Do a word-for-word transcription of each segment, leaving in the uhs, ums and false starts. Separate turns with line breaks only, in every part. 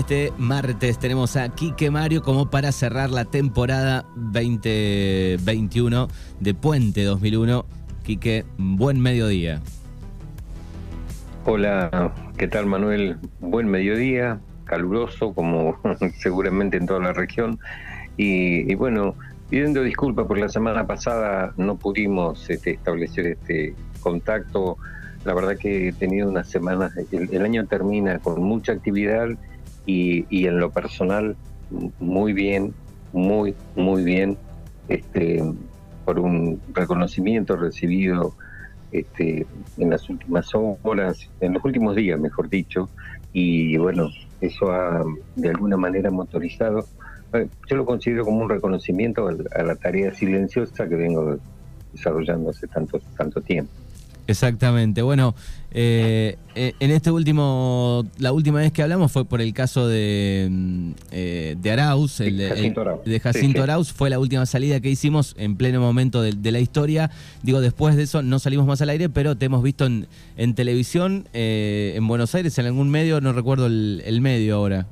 este martes tenemos a Quique Mario como para cerrar la temporada veinte veintiuno de Puente dos mil uno. Quique, buen mediodía.
Hola, ¿qué tal, Manuel? Buen mediodía, caluroso como seguramente en toda la región. Y, y bueno, pidiendo disculpas por la semana pasada no pudimos este, establecer este contacto. La verdad que he tenido unas semanas, el, el año termina con mucha actividad y, y en lo personal muy bien, muy, muy bien, este, por un reconocimiento recibido este, en las últimas horas, en los últimos días, mejor dicho, y bueno, eso ha de alguna manera motorizado. Yo lo considero como un reconocimiento a la tarea silenciosa que vengo desarrollando hace tanto, tanto tiempo.
Exactamente. Bueno, eh, en este último, la última vez que hablamos fue por el caso de, eh, de Arauz, el,
de Jacinto Arauz.
El, de Jacinto
sí,
Arauz,
sí.
fue la última salida que hicimos en pleno momento de, de la historia. Digo, después de eso no salimos más al aire, pero te hemos visto en, en televisión, eh, en Buenos Aires, en algún medio, no recuerdo el, el medio ahora.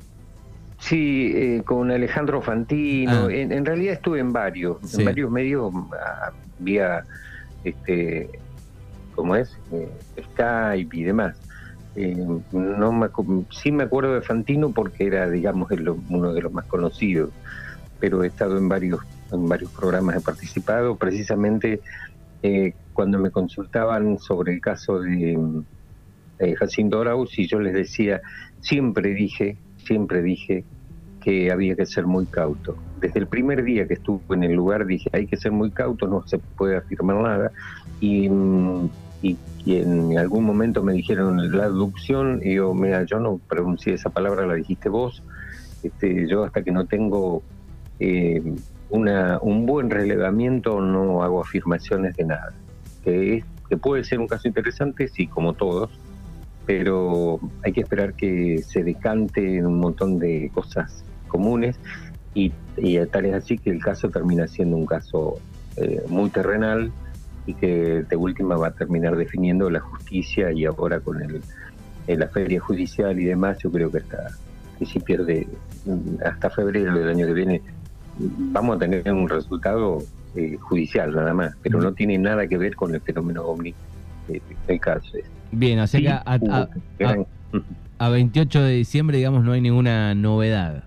Sí, eh, con Alejandro Fantino. Ah. En, en realidad estuve en varios, sí. en varios medios, vía, este, ¿cómo es? Eh, Skype y demás. Eh, no me, sí me acuerdo de Fantino porque era, digamos, el, uno de los más conocidos, pero he estado en varios, en varios programas, he participado, precisamente eh, cuando me consultaban sobre el caso de eh, Jacinto Arauz, y yo les decía, siempre dije, siempre dije que había que ser muy cauto. Desde el primer día que estuve en el lugar dije, hay que ser muy cauto, no se puede afirmar nada, y, y, y en algún momento me dijeron la abducción, y yo, mira, yo no pronuncié esa palabra, la dijiste vos, este, yo hasta que no tengo eh, una, un buen relevamiento no hago afirmaciones de nada. Que, es, que puede ser un caso interesante, sí, como todos, pero hay que esperar que se decante en un montón de cosas comunes y, y tal es así que el caso termina siendo un caso eh, muy terrenal y que de última va a terminar definiendo la justicia, y ahora con el, en la feria judicial y demás, yo creo que hasta principios de hasta febrero del año que viene vamos a tener un resultado eh, judicial nada más, pero no tiene nada que ver con el fenómeno ovni eh, el caso es.
Bien, o sea sí, que a, a, a, a veintiocho de diciembre, digamos, no hay ninguna novedad.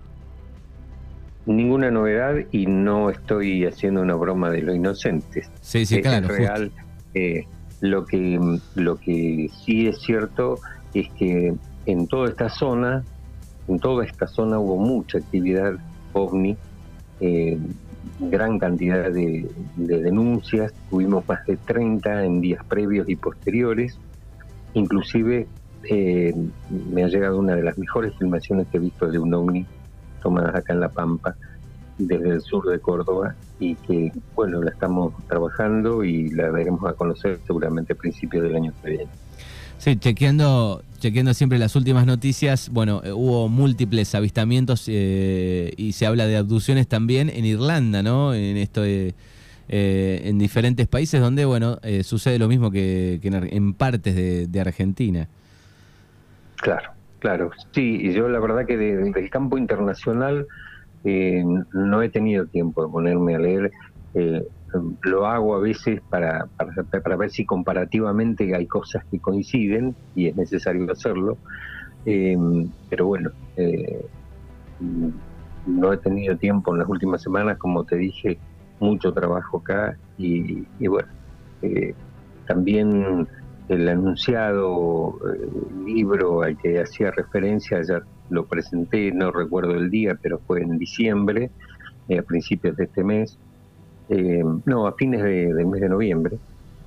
Ninguna novedad, y no estoy haciendo una broma de los inocentes.
Sí, sí,
es,
claro.
Es real. Eh, lo que lo que sí es cierto es que en toda esta zona, en toda esta zona hubo mucha actividad ovni, eh, gran cantidad de, de denuncias, tuvimos más de treinta en días previos y posteriores. Inclusive eh, me ha llegado una de las mejores filmaciones que he visto de un ovni tomadas acá en La Pampa, desde el sur de Córdoba, y que, bueno, la estamos trabajando y la veremos a conocer seguramente a principios del año que viene.
Sí, chequeando, chequeando siempre las últimas noticias, bueno, eh, hubo múltiples avistamientos eh, y se habla de abducciones también en Irlanda, ¿no? En esto eh, eh, en diferentes países donde, bueno, eh, sucede lo mismo que, que en, en partes de, de Argentina.
Claro, claro. Sí, y yo la verdad que de, del campo internacional eh, no he tenido tiempo de ponerme a leer. Eh, lo hago a veces para, para, para ver si comparativamente hay cosas que coinciden y es necesario hacerlo, eh, pero bueno, eh, no he tenido tiempo en las últimas semanas, como te dije, mucho trabajo acá y, y bueno, eh, también el anunciado eh, libro al que hacía referencia, ya lo presenté, no recuerdo el día, pero fue en diciembre, eh, a principios de este mes, eh, no, a fines de, del mes de noviembre,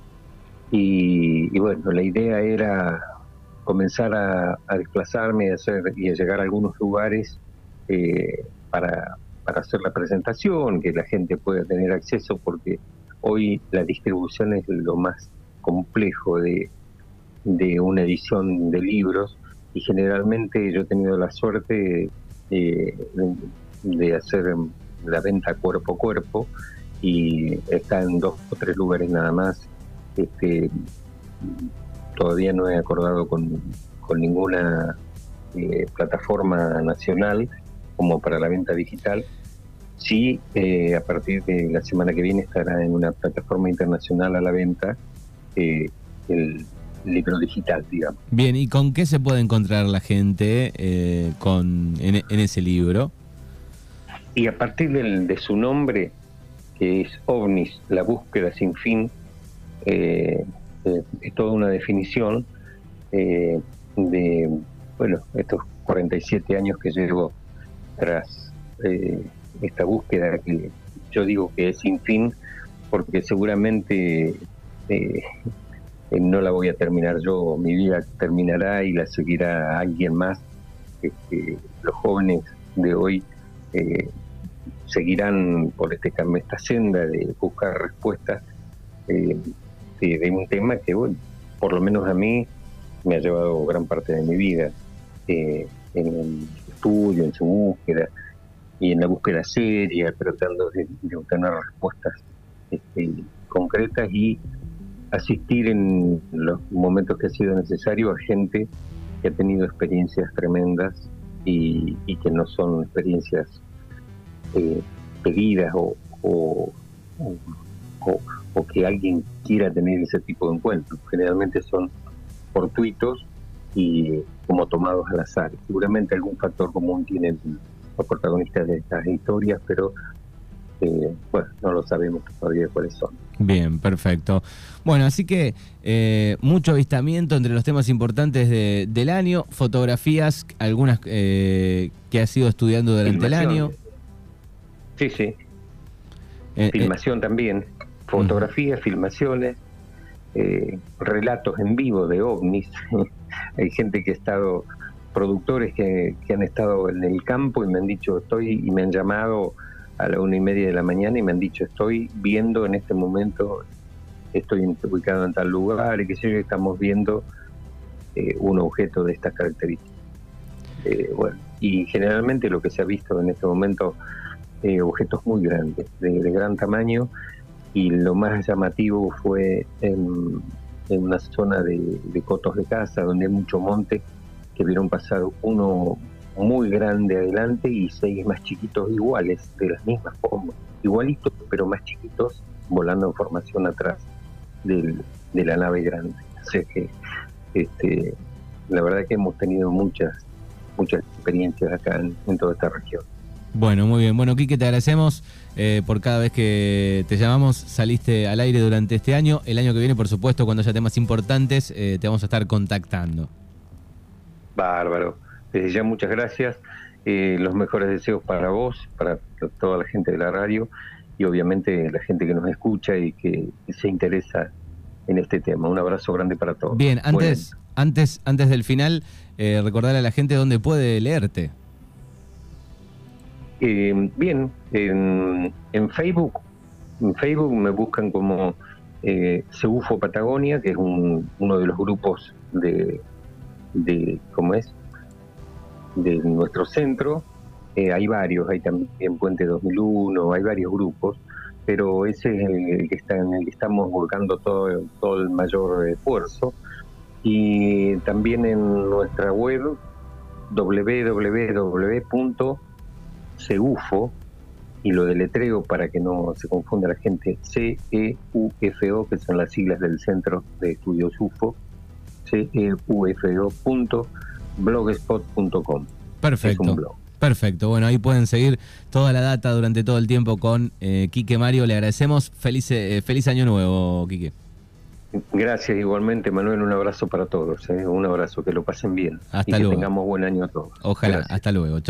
y, y bueno, la idea era comenzar a, a desplazarme a hacer, y a llegar a algunos lugares eh, para, para hacer la presentación, que la gente pueda tener acceso, porque hoy la distribución es lo más complejo de, de una edición de libros, y generalmente yo he tenido la suerte de, de, de hacer la venta cuerpo a cuerpo, y está en dos o tres lugares nada más. Este, todavía no he acordado con, con ninguna eh, plataforma nacional como para la venta digital. Sí, eh, a partir de la semana que viene estará en una plataforma internacional a la venta eh, el libro digital, digamos.
Bien, ¿y con qué se puede encontrar la gente eh, con en, en ese libro?
Y a partir del, de su nombre, que es OVNIS, la búsqueda sin fin, eh, eh, es toda una definición eh, de, bueno, estos cuarenta y siete años que llevo tras eh, esta búsqueda, que yo digo que es sin fin, porque seguramente eh, no la voy a terminar yo, mi vida terminará y la seguirá alguien más. Este, los jóvenes de hoy eh, seguirán por este esta senda de buscar respuestas eh, de, de un tema que, bueno, por lo menos a mí me ha llevado gran parte de mi vida eh, en el estudio, en su búsqueda y en la búsqueda seria, tratando de, de obtener respuestas este, concretas y asistir en los momentos que ha sido necesario a gente que ha tenido experiencias tremendas y, y que no son experiencias eh, pedidas o, o, o, o que alguien quiera tener ese tipo de encuentros. Generalmente son fortuitos y como tomados al azar. Seguramente algún factor común tienen los protagonistas de estas historias, pero eh, bueno, no lo sabemos todavía cuáles son.
Bien, perfecto. Bueno, así que eh, mucho avistamiento entre los temas importantes de, del año, fotografías, algunas eh, que has ido estudiando durante el año.
Sí, sí.
Eh,
Filmación eh, también, fotografías, uh-huh. filmaciones, eh, relatos en vivo de ovnis. Hay gente que ha estado, productores que, que han estado en el campo y me han dicho, estoy, y me han llamado a la una y media de la mañana y me han dicho, estoy viendo en este momento, estoy ubicado en tal lugar, y que sé yo, estamos viendo eh, un objeto de estas características. Eh, bueno, y generalmente lo que se ha visto en este momento, eh, objetos muy grandes, de, de gran tamaño, y lo más llamativo fue en, en una zona de, de cotos de casa, donde hay mucho monte, que vieron pasar uno muy grande adelante y seis más chiquitos iguales, de las mismas formas, igualitos pero más chiquitos, volando en formación atrás del, de la nave grande. O sea que este, la verdad que hemos tenido muchas muchas experiencias acá en, en toda esta región.
Bueno, muy bien. Bueno, Quique, te agradecemos eh, por cada vez que te llamamos, saliste al aire durante este año. El año que viene, por supuesto, cuando haya temas importantes, eh, te vamos a estar contactando.
Bárbaro. Desde ya muchas gracias, eh, los mejores deseos para vos, para toda la gente de la radio y obviamente la gente que nos escucha y que, que se interesa en este tema. Un abrazo grande para todos.
Bien, antes, bueno, antes, antes del final, eh, recordarle a la gente dónde puede leerte.
Eh, bien, en, en Facebook, en Facebook me buscan como eh, Seufo Patagonia, que es un, uno de los grupos de, de ¿cómo es? de nuestro centro. Eh, hay varios, hay también Puente dos mil uno, hay varios grupos, pero ese es el que está en el que estamos volcando todo, todo el mayor esfuerzo. Y también en nuestra web doble u doble u doble u punto seufo, y lo deletreo para que no se confunda la gente, C E U F O, que son las siglas del Centro de Estudios U F O, C E U F O punto blogspot punto com.
Perfecto. Es un blog. Perfecto. Bueno, ahí pueden seguir toda la data durante todo el tiempo con eh, Quique Mario. Le agradecemos. Feliz, eh, feliz año nuevo, Quique.
Gracias igualmente, Manuel. Un abrazo para todos. Eh. Un abrazo, que lo pasen bien.
Hasta
y que
luego.
Tengamos buen año a todos.
Ojalá.
Gracias.
Hasta luego. Chau.